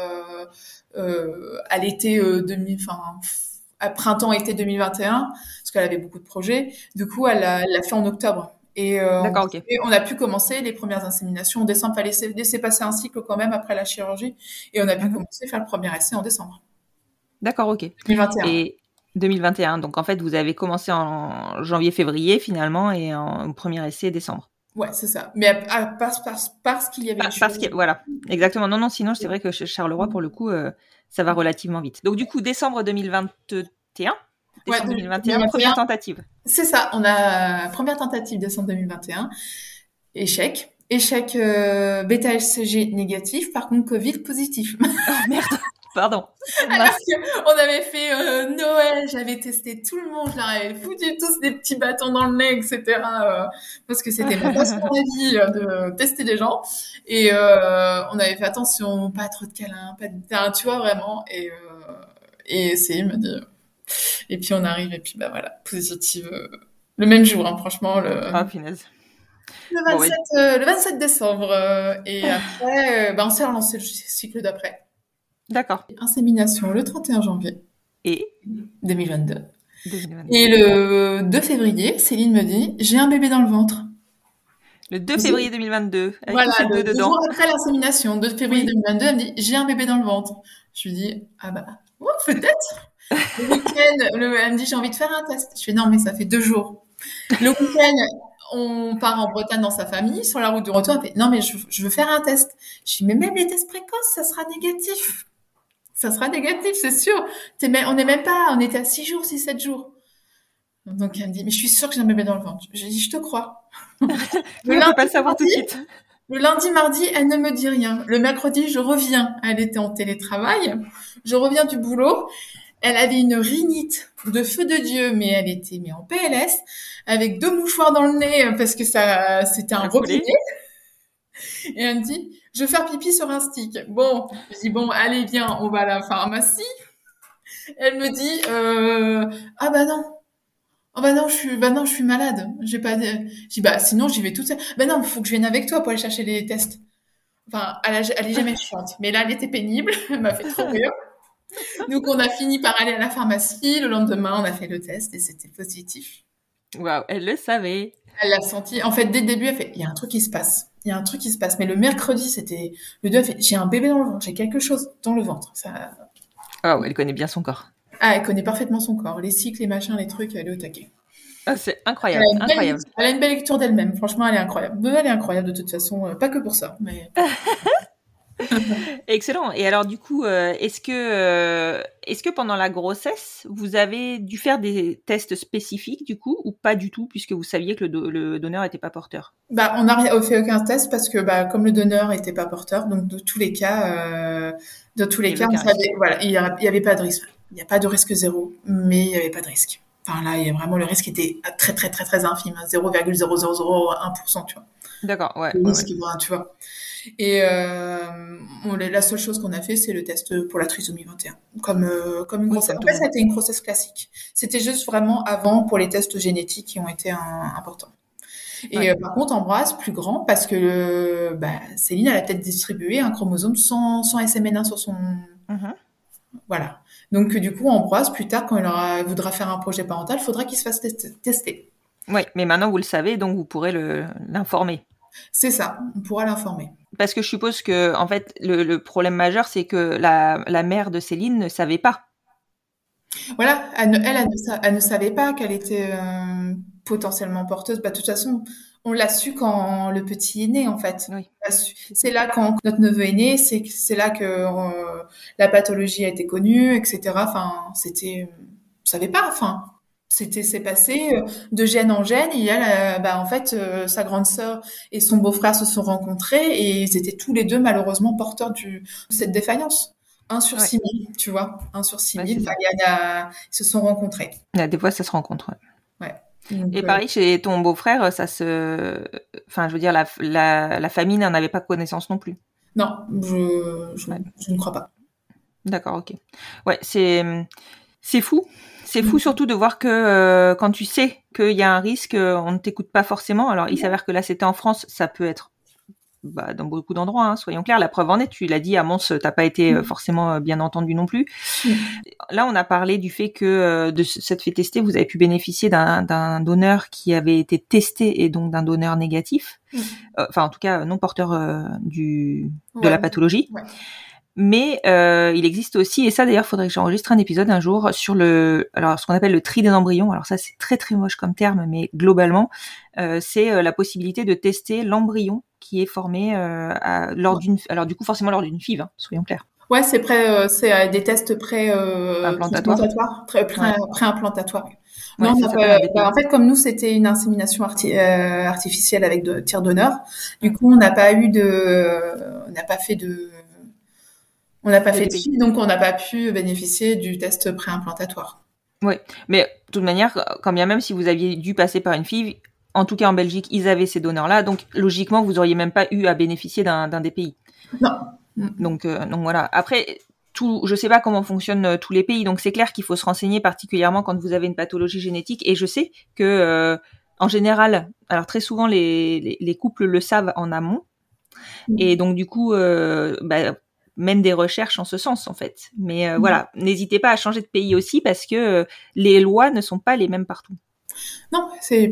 à l'été à printemps-été 2021, parce qu'elle avait beaucoup de projets. Du coup, elle l'a fait en octobre. Et D'accord, ok. on a pu commencer les premières inséminations en décembre. Il fallait laisser passer un cycle quand même après la chirurgie. Et on a pu commencer à faire le premier essai en décembre. D'accord, ok. 2021. Et 2021. Donc, en fait, vous avez commencé en janvier-février, finalement, et en premier essai décembre. Ouais, c'est ça. Mais parce qu'il y avait voilà, exactement. Non, sinon, c'est vrai que chez Charleroi, pour le coup, ça va relativement vite. Donc, du coup, décembre 2021. Décembre 2021, première tentative. C'est ça, on a première tentative décembre 2021. Échec bêta-HCG négatif, par contre Covid positif. Oh merde, pardon. Alors qu'on avait fait Noël, j'avais testé tout le monde, je leur avais foutu tous des petits bâtons dans le nez, etc. Parce que c'était ma passion de vie de tester des gens. Et on avait fait attention, pas trop de câlins, pas de... tu vois, vraiment. Et Céline m'a dit... Et puis on arrive, et puis voilà, positive le même jour, hein, franchement. Ah, punaise. Le 27 décembre. Et après, on s'est relancé le cycle d'après. D'accord. Insémination le 31 janvier. Et 2022. Et le 2 février, Céline me dit, j'ai un bébé dans le ventre. Le 2 février 2022, avec voilà, tous ces deux dedans. Jour après l'insémination, 2 février 2022, elle me dit, j'ai un bébé dans le ventre. Je lui dis, peut-être. Le week-end, elle me dit, j'ai envie de faire un test. Je fais, non, mais ça fait 2 jours. Le week-end, on part en Bretagne dans sa famille. Sur la route de retour, elle fait, non, mais je veux faire un test. Je dis, mais même les tests précoces, ça sera négatif. Ça sera négatif, c'est sûr. On était à 6 jours, 7 jours. Donc, elle me dit, mais je suis sûre que j'ai un bébé dans le ventre. Je dis, je te crois. On ne peut pas le savoir tout de suite. Le lundi, mardi, elle ne me dit rien. Le mercredi, je reviens. Elle était en télétravail. Je reviens du boulot. Elle avait une rhinite de feu de Dieu, mais elle était en PLS, avec 2 mouchoirs dans le nez, parce que c'était un robinet. Et elle me dit, je veux faire pipi sur un stick. Bon, je dis, allez, viens, on va à la pharmacie. Elle me dit, je suis malade. J'ai pas je dis, sinon, j'y vais toute seule. Non, il faut que je vienne avec toi pour aller chercher les tests. Enfin, elle est jamais chiante. Mais là, elle était pénible. Elle m'a fait trop rire. Donc, on a fini par aller à la pharmacie. Le lendemain, on a fait le test et c'était positif. Waouh, elle le savait. Elle l'a senti. En fait, dès le début, elle fait, il y a un truc qui se passe. Mais le mercredi, c'était, le 2, elle fait, j'ai un bébé dans le ventre. J'ai quelque chose dans le ventre. Ah, elle connaît bien son corps. Ah, elle connaît parfaitement son corps. Les cycles, les machins, les trucs, elle est au taquet. Ah, c'est incroyable, incroyable. Elle a une belle lecture d'elle-même. Franchement, elle est incroyable. Elle est incroyable de toute façon. Pas que pour ça, mais... Excellent. Et alors, du coup, est-ce que pendant la grossesse, vous avez dû faire des tests spécifiques, du coup, ou pas du tout, puisque vous saviez que le donneur n'était pas porteur? On n'a fait aucun test parce que, comme le donneur n'était pas porteur, donc de tous les cas, on savait, voilà, il y avait pas de risque. Il n'y a pas de risque zéro, mais il n'y avait pas de risque. Enfin, là, il y a vraiment le risque était très, très, très, très infime, 0,0001%, tu vois. D'accord, ouais. Le risque, tu vois. Et la seule chose qu'on a fait, c'est le test pour la trisomie 21. Comme une grossesse. En fait, ça a été une grossesse classique. C'était juste vraiment avant pour les tests génétiques qui ont été importants. Et par contre, Ambroise, plus grand, parce que Céline, elle a peut-être distribué un chromosome sans SMN1 sur son... Voilà. Donc, du coup, Ambroise, plus tard, quand il voudra faire un projet parental, il faudra qu'il se fasse tester. Oui, mais maintenant, vous le savez, donc vous pourrez l'informer. C'est ça, on pourra l'informer. Parce que je suppose que, en fait, le problème majeur, c'est que la mère de Céline ne savait pas. Voilà, elle ne savait pas qu'elle était potentiellement porteuse. De toute façon, on l'a su quand le petit est né, en fait. Oui. C'est là, quand notre neveu est né, c'est là que la pathologie a été connue, etc. Enfin, on savait pas, enfin... C'est passé de gène en gène et elle, en fait, sa grande sœur et son beau-frère se sont rencontrés et ils étaient tous les deux malheureusement porteurs de cette défaillance. 1 sur Ouais. 6 000, tu vois. 1 sur 6 Ouais, 000, c'est ça. ils se sont rencontrés. Des fois, ça se rencontre. Ouais. Ouais. Donc, Et pareil, chez ton beau-frère, enfin, je veux dire, la famille n'en avait pas connaissance non plus. non, je ne crois pas. D'accord, ok. Ouais, c'est fou. C'est fou surtout de voir que quand tu sais qu'il y a un risque, on ne t'écoute pas forcément. Alors, il s'avère que là, c'était en France, ça peut être dans beaucoup d'endroits, hein, soyons clairs. La preuve en est, tu l'as dit, à Mons, t'as pas été forcément bien entendu non plus. Là, on a parlé du fait que de cette fait tester, vous avez pu bénéficier d'un donneur qui avait été testé et donc d'un donneur négatif. Enfin, en tout cas, non porteur de la pathologie. Ouais. Mais il existe aussi, et ça d'ailleurs, faudrait que j'enregistre un épisode un jour sur ce qu'on appelle le tri des embryons. Alors ça, c'est très très moche comme terme, mais globalement, c'est la possibilité de tester l'embryon qui est formé lors du coup forcément lors d'une FIV, hein, soyons clairs. Ouais, c'est des tests pré-implantatoires, pré-implantatoires. Ouais, Non, en en fait, comme nous, c'était une insémination artificielle avec tiers donneur. Du coup, on n'a pas fait de FIV, donc on n'a pas pu bénéficier du test pré-implantatoire. Oui, mais de toute manière, quand bien même si vous aviez dû passer par une FIV, en tout cas en Belgique, ils avaient ces donneurs-là, donc logiquement, vous auriez même pas eu à bénéficier d'un DPI. Non. Donc voilà. Après, je sais pas comment fonctionnent tous les pays, donc c'est clair qu'il faut se renseigner particulièrement quand vous avez une pathologie génétique. Et je sais que en général, alors très souvent les couples le savent en amont, et donc du coup, mènent des recherches en ce sens en fait. Mais voilà, n'hésitez pas à changer de pays aussi parce que les lois ne sont pas les mêmes partout. Non,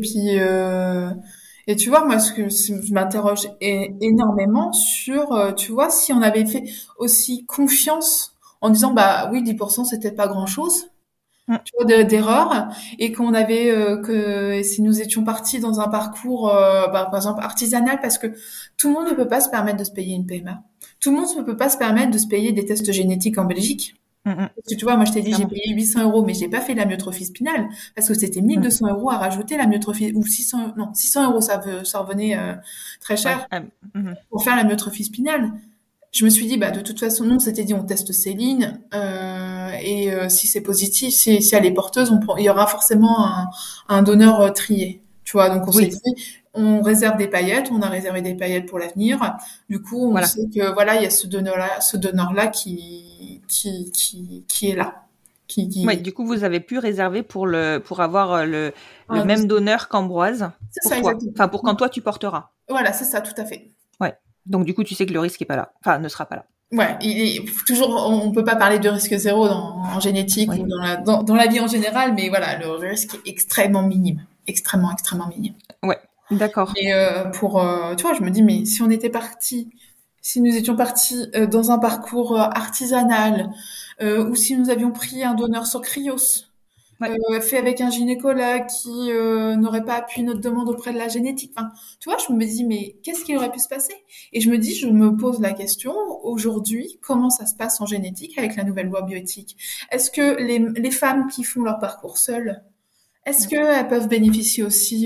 et tu vois, moi, je m'interroge énormément sur, tu vois, si on avait fait aussi confiance en disant, bah oui, 10%, c'était pas grand-chose, tu vois, d'erreur, et si nous étions partis dans un parcours, par exemple, artisanal, parce que tout le monde ne peut pas se permettre de se payer une PMA. Tout le monde ne peut pas se permettre de se payer des tests génétiques en Belgique. Parce que tu vois, moi je t'ai dit, j'ai payé 800 €, mais j'ai pas fait la myotrophie spinale parce que c'était 1 200 € à rajouter la myotrophie, ou 600 €, ça revenait très cher pour faire la myotrophie spinale. Je me suis dit, bah de toute façon, nous on s'était dit, on teste Céline et si c'est positif, si elle est porteuse, il y aura forcément un donneur trié. Tu vois, donc on s'est dit, on réserve des paillettes, on a réservé des paillettes pour l'avenir. Du coup, on sait que voilà, il y a ce donneur-là qui est là. Ouais, du coup, vous avez pu réserver pour avoir le même donneur qu'Ambroise pour toi. Exactement. Enfin, pour quand toi tu porteras. Voilà, c'est ça, tout à fait. Ouais. Donc du coup, tu sais que le risque est pas là. Enfin, ne sera pas là. Ouais, on peut pas parler de risque zéro en génétique ou dans la vie en général, mais voilà, le risque est extrêmement minime. Extrêmement, extrêmement minime. Ouais, d'accord. Et tu vois, je me dis, mais si nous étions partis dans un parcours artisanal, ou si nous avions pris un donneur sur Cryos, fait avec un gynécologue qui n'aurait pas appuyé notre demande auprès de la génétique. Enfin, tu vois, je me dis, mais qu'est-ce qui aurait pu se passer? Et je me pose la question, aujourd'hui, comment ça se passe en génétique avec la nouvelle loi bioéthique? Est-ce que les femmes qui font leur parcours seules, est-ce qu'elles peuvent bénéficier aussi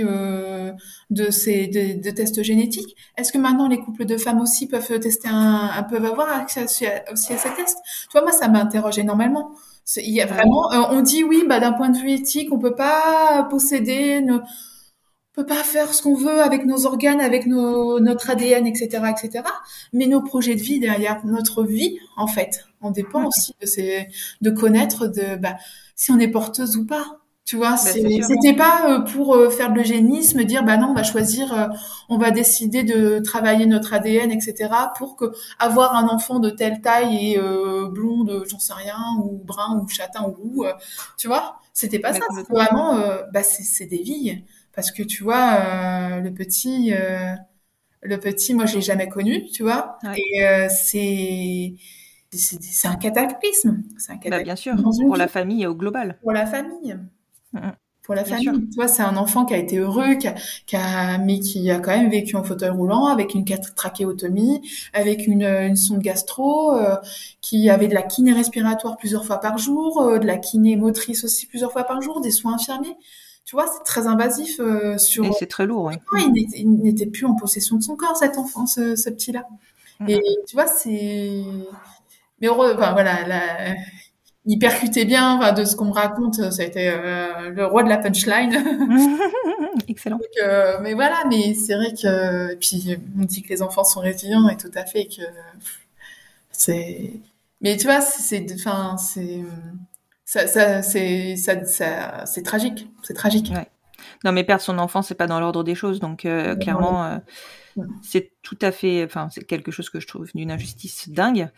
de tests génétiques? Est-ce que maintenant les couples de femmes aussi peuvent peuvent avoir accès aussi à ces tests? Tu vois, moi, ça m'interroge énormément. Il y a vraiment, on dit oui, bah d'un point de vue éthique, on peut pas on peut pas faire ce qu'on veut avec nos organes, avec notre ADN, etc., etc. Mais nos projets de vie derrière, notre vie, en fait, on dépend aussi de connaître si on est porteuse ou pas. Tu vois, c'était pas pour faire de l'eugénisme, dire bah non, on va choisir, on va décider de travailler notre ADN, etc. pour avoir un enfant de telle taille et blonde, j'en sais rien, ou brun, ou châtain, ou roux, tu vois. C'était pas ça. C'est vraiment, c'est des vies. Parce que tu vois, le petit, moi je l'ai jamais connu, tu vois. Ouais. Et c'est un cataclysme. Bien sûr, pour la famille et au global. Pour la famille. Pour la famille. Tu vois, c'est un enfant qui a été heureux, mais qui a quand même vécu en fauteuil roulant, avec une trachéotomie, avec une sonde gastro, qui avait de la kiné respiratoire plusieurs fois par jour, de la kiné motrice aussi plusieurs fois par jour, des soins infirmiers. Tu vois, c'est très invasif et c'est très lourd, oui. Il n'était plus en possession de son corps, cet enfant, ce petit-là. Et tu vois, Mais heureux, enfin voilà, il percutait bien, enfin, de ce qu'on me raconte, ça a été le roi de la punchline. Excellent. Donc, mais voilà, mais c'est vrai que, et puis on dit que les enfants sont résilients et tout à fait, et que c'est, mais tu vois, enfin, c'est tragique, c'est tragique. Ouais. Non, mais perdre son enfant, c'est pas dans l'ordre des choses, donc clairement, c'est tout à fait, enfin, c'est quelque chose que je trouve d'une injustice dingue.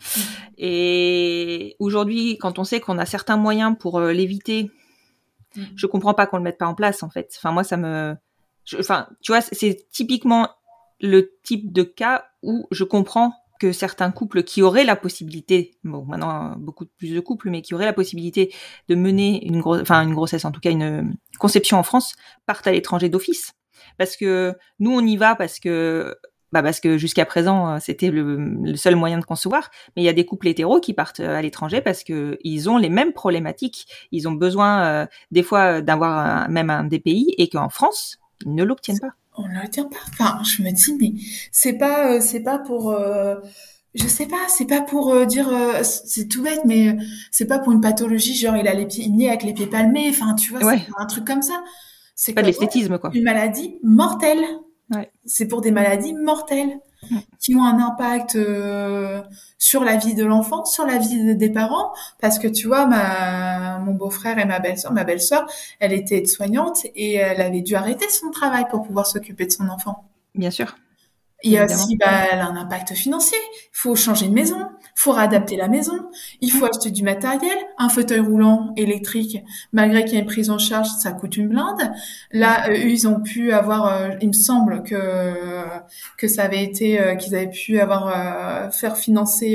Et aujourd'hui, quand on sait qu'on a certains moyens pour l'éviter, je comprends pas qu'on le mette pas en place, en fait. Enfin, moi, enfin, tu vois, c'est typiquement le type de cas où je comprends que certains couples qui auraient la possibilité, bon, maintenant beaucoup plus de couples, mais qui auraient la possibilité de mener une grossesse, en tout cas une conception en France, partent à l'étranger d'office. Parce que nous, on y va parce que jusqu'à présent, c'était le seul moyen de concevoir. Mais il y a des couples hétéros qui partent à l'étranger parce que ils ont les mêmes problématiques. Ils ont besoin, des fois, d'avoir même un DPI et qu'en France, ils ne l'obtiennent pas. On ne l'obtient pas. Enfin, je me dis, mais c'est pas pour, je sais pas, c'est pas pour dire, c'est tout bête, mais c'est pas pour une pathologie, genre il a il naît avec les pieds palmés. Enfin, tu vois, Ouais. c'est pas un truc comme ça. C'est pas de l'esthétisme, quoi. Une maladie mortelle. Ouais. C'est pour des maladies mortelles qui ont un impact sur la vie de l'enfant, sur la vie des parents, parce que tu vois, mon beau-frère et ma belle-sœur, elle était aide-soignante et elle avait dû arrêter son travail pour pouvoir s'occuper de son enfant. Bien sûr. Il y a aussi, elle a un impact financier. Il faut changer de maison, il faut réadapter la maison, il faut acheter du matériel, un fauteuil roulant électrique, malgré qu'il y ait une prise en charge, ça coûte une blinde. Là, eux, ils ont pu avoir, il me semble que ça avait été, qu'ils avaient pu avoir faire financer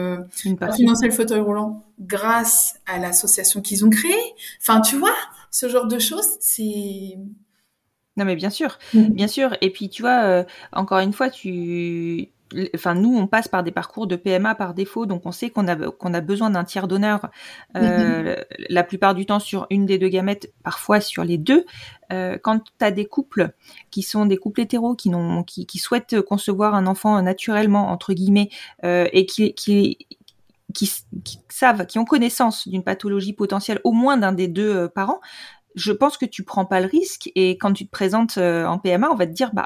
le fauteuil roulant grâce à l'association qu'ils ont créée. Enfin, tu vois, ce genre de choses, c'est Non, mais bien sûr, bien sûr. Et puis, tu vois, encore une fois, nous, on passe par des parcours de PMA par défaut, donc on sait qu'on a besoin d'un tiers donneur la plupart du temps sur une des deux gamètes, parfois sur les deux. Quand tu as des couples qui sont des couples hétéros qui souhaitent concevoir un enfant naturellement, entre guillemets, et qui savent, qui ont connaissance d'une pathologie potentielle au moins d'un des deux parents, je pense que tu prends pas le risque, et quand tu te présentes en PMA, on va te dire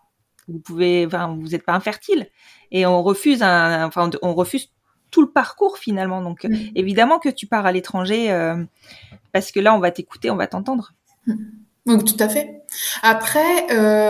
vous êtes pas infertile, et on refuse tout le parcours finalement. Donc évidemment que tu pars à l'étranger parce que là on va t'écouter, on va t'entendre. Donc tout à fait. Après,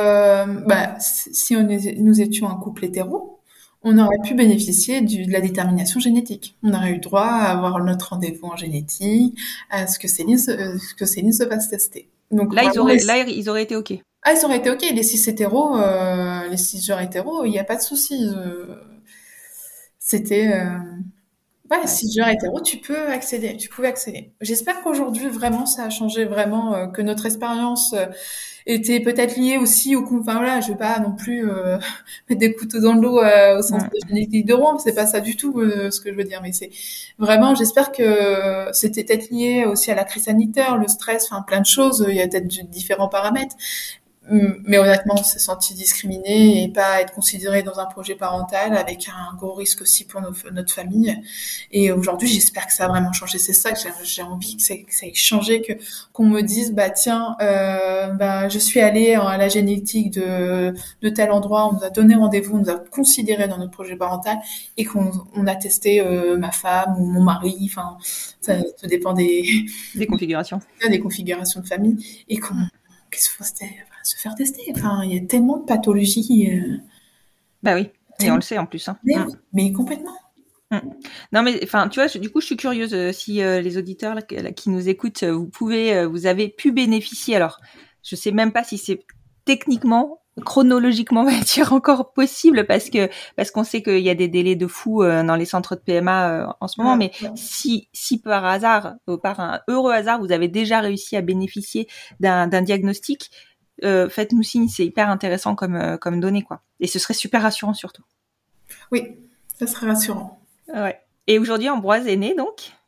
si nous étions un couple hétéro, on aurait pu bénéficier de la détermination génétique. On aurait eu droit à avoir notre rendez-vous en génétique, à ce que Céline se fasse tester. Donc là, ils auraient été OK. Ah, ils auraient été OK. Les cisgenres hétéros, il n'y a pas de souci. C'était... cisgenre hétéro, tu pouvais accéder. J'espère qu'aujourd'hui, vraiment, ça a changé, vraiment, que notre expérience était peut-être liée aussi enfin voilà, je vais pas non plus mettre des couteaux dans le dos au centre de génétique de Rouen, c'est pas ça du tout ce que je veux dire, mais c'est vraiment, j'espère que c'était peut-être lié aussi à la crise sanitaire, le stress, enfin plein de choses, il y a peut-être différents paramètres. Mais honnêtement, on s'est senti discriminé et pas être considéré dans un projet parental, avec un gros risque aussi pour notre famille. Et aujourd'hui, j'espère que ça a vraiment changé. C'est ça que j'ai envie que ça ait changé, qu'on me dise, tiens, je suis allée à la génétique de tel endroit, on nous a donné rendez-vous, on nous a considéré dans notre projet parental, et qu'on a testé ma femme ou mon mari. Enfin, ça dépend des configurations, des configurations de famille, et qu'est-ce qu'il faut se faire tester. Enfin, il y a tellement de pathologies. Bah oui, et on le sait en plus. Hein. Mais complètement. Non, mais enfin, tu vois, du coup, je suis curieuse si les auditeurs là, qui nous écoutent, vous avez pu bénéficier. Alors, je sais même pas si c'est techniquement, chronologiquement, on va dire, encore possible, parce qu'on sait qu'il y a des délais de fou dans les centres de PMA en ce moment. Mais si par hasard, par un heureux hasard, vous avez déjà réussi à bénéficier d'un diagnostic, faites-nous signe, c'est hyper intéressant comme données, quoi. Et ce serait super rassurant surtout. Oui, ça serait rassurant. Ouais. Et aujourd'hui, Ambroise est née, donc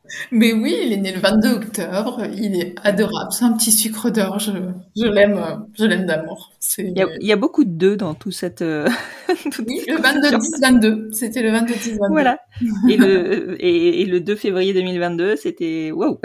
Mais oui, il est né le 22 octobre. Il est adorable. C'est un petit sucre d'or. Je l'aime d'amour. Il y a beaucoup de 2 dans toute Oui, cette le conversation. 22-10-22. C'était le 22-10-22. Voilà. Et le 2 février 2022, c'était waouh.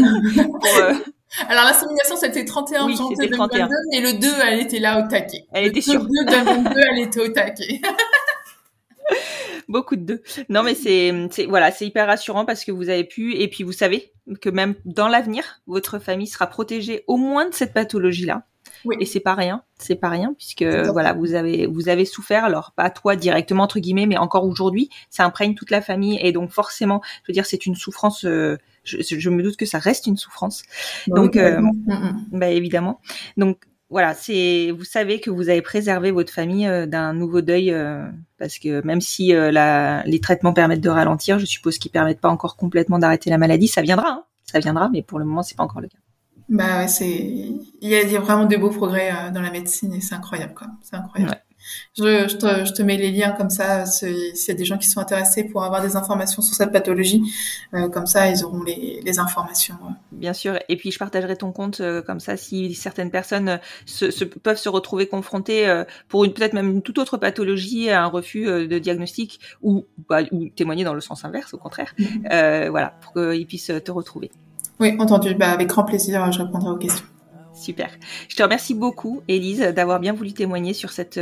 Alors, l'insémination, c'était 31 Oui, janvier c'était le 31. 2022, mais le 2, elle était là au taquet. Elle était sûre. Le 2 2022, elle était au taquet. Beaucoup de 2. Non, mais c'est hyper rassurant parce que vous avez pu, et puis vous savez que même dans l'avenir, votre famille sera protégée au moins de cette pathologie-là. Oui. Et c'est pas rien, puisque voilà, vous avez souffert, alors pas toi directement entre guillemets, mais encore aujourd'hui, ça imprègne toute la famille, et donc forcément, je veux dire, c'est une souffrance. Je me doute que ça reste une souffrance. Donc, bah évidemment. Donc voilà, vous savez que vous avez préservé votre famille d'un nouveau deuil, parce que même si les traitements permettent de ralentir, je suppose qu'ils permettent pas encore complètement d'arrêter la maladie. Ça viendra, mais pour le moment, c'est pas encore le cas. Bah ouais, il y a vraiment de beaux progrès dans la médecine et c'est incroyable, quoi. C'est incroyable. Ouais. Je te mets les liens comme ça, s'il y a des gens qui sont intéressés pour avoir des informations sur cette pathologie, comme ça ils auront les informations. Bien sûr, et puis je partagerai ton compte comme ça, si certaines personnes peuvent se retrouver confrontées pour peut-être même une toute autre pathologie, à un refus de diagnostic, ou témoigner dans le sens inverse, au contraire, voilà, pour qu'ils puissent te retrouver. Oui, entendu. Bah, avec grand plaisir, je répondrai aux questions. Super. Je te remercie beaucoup, Élise, d'avoir bien voulu témoigner sur cette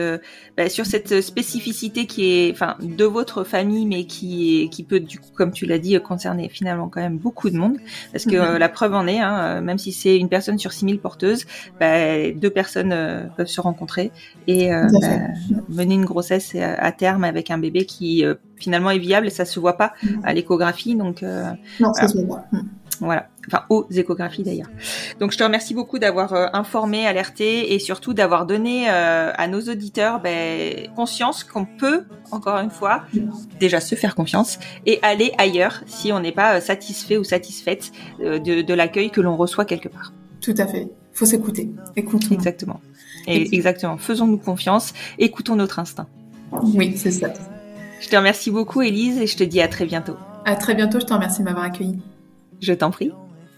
spécificité qui est, enfin, de votre famille, mais qui peut, du coup, comme tu l'as dit, concerner finalement quand même beaucoup de monde, parce que la preuve en est, même si c'est une personne sur 6000 porteuses, 2 personnes peuvent se rencontrer et mener une grossesse à terme avec un bébé qui finalement est viable, et ça se voit pas à l'échographie, donc non, ça se voit pas. Voilà, enfin aux échographies d'ailleurs. Donc je te remercie beaucoup d'avoir informé, alerté, et surtout d'avoir donné à nos auditeurs conscience qu'on peut, encore une fois, déjà se faire confiance et aller ailleurs si on n'est pas satisfait ou satisfaite de l'accueil que l'on reçoit quelque part. Tout à fait. Faut s'écouter. Écoutons. Exactement. Exactement. Faisons-nous confiance. Écoutons notre instinct. Oui, c'est ça. Je te remercie beaucoup, Élise, et je te dis à très bientôt. À très bientôt. Je te remercie de m'avoir accueillie. Je t'en prie.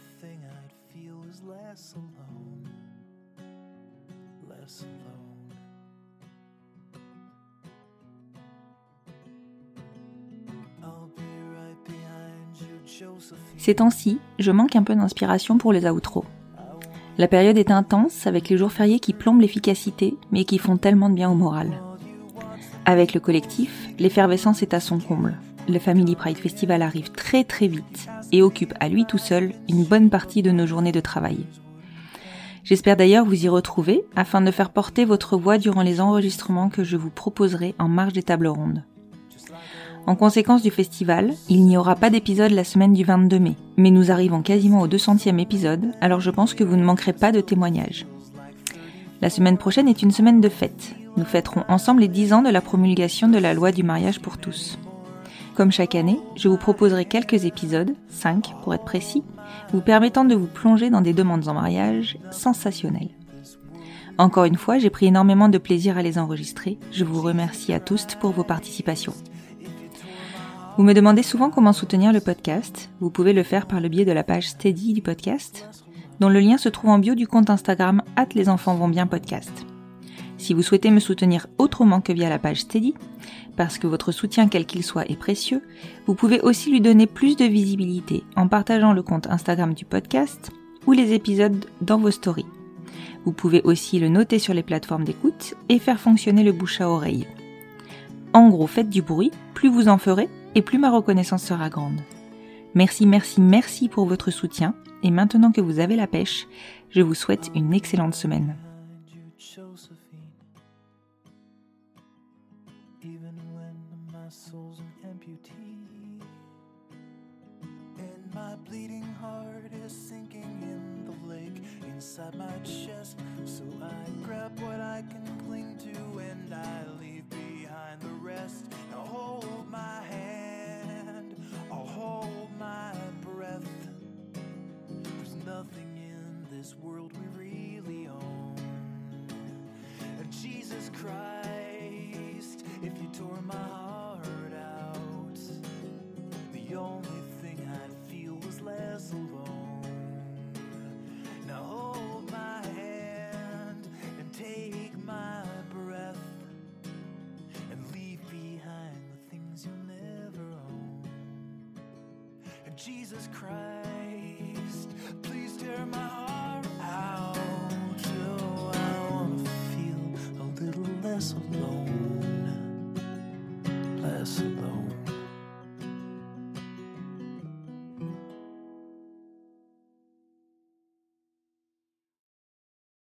Ces temps-ci, je manque un peu d'inspiration pour les outros. La période est intense avec les jours fériés qui plombent l'efficacité mais qui font tellement de bien au moral. Avec le collectif, l'effervescence est à son comble. Le Family Pride Festival arrive très très vite et occupe à lui tout seul une bonne partie de nos journées de travail. J'espère d'ailleurs vous y retrouver afin de faire porter votre voix durant les enregistrements que je vous proposerai en marge des tables rondes. En conséquence du festival, il n'y aura pas d'épisode la semaine du 22 mai, mais nous arrivons quasiment au 200e épisode, alors je pense que vous ne manquerez pas de témoignages. La semaine prochaine est une semaine de fête. Nous fêterons ensemble les 10 ans de la promulgation de la loi du mariage pour tous. Comme chaque année, je vous proposerai quelques épisodes, 5 pour être précis, vous permettant de vous plonger dans des demandes en mariage sensationnelles. Encore une fois, j'ai pris énormément de plaisir à les enregistrer. Je vous remercie à tous pour vos participations. Vous me demandez souvent comment soutenir le podcast. Vous pouvez le faire par le biais de la page Steady du podcast, dont le lien se trouve en bio du compte Instagram @lesenfantsvontsbienpodcast. Si vous souhaitez me soutenir autrement que via la page Steady, parce que votre soutien quel qu'il soit est précieux, vous pouvez aussi lui donner plus de visibilité en partageant le compte Instagram du podcast ou les épisodes dans vos stories. Vous pouvez aussi le noter sur les plateformes d'écoute et faire fonctionner le bouche à oreille. En gros, faites du bruit, plus vous en ferez et plus ma reconnaissance sera grande. Merci, merci, merci pour votre soutien, et maintenant que vous avez la pêche, je vous souhaite une excellente semaine. Nothing in this world we really own. And Jesus Christ, if you tore my heart out, the only thing I'd feel was Jesus Christ, please tear my heart out. Oh, I wanna feel a little less alone.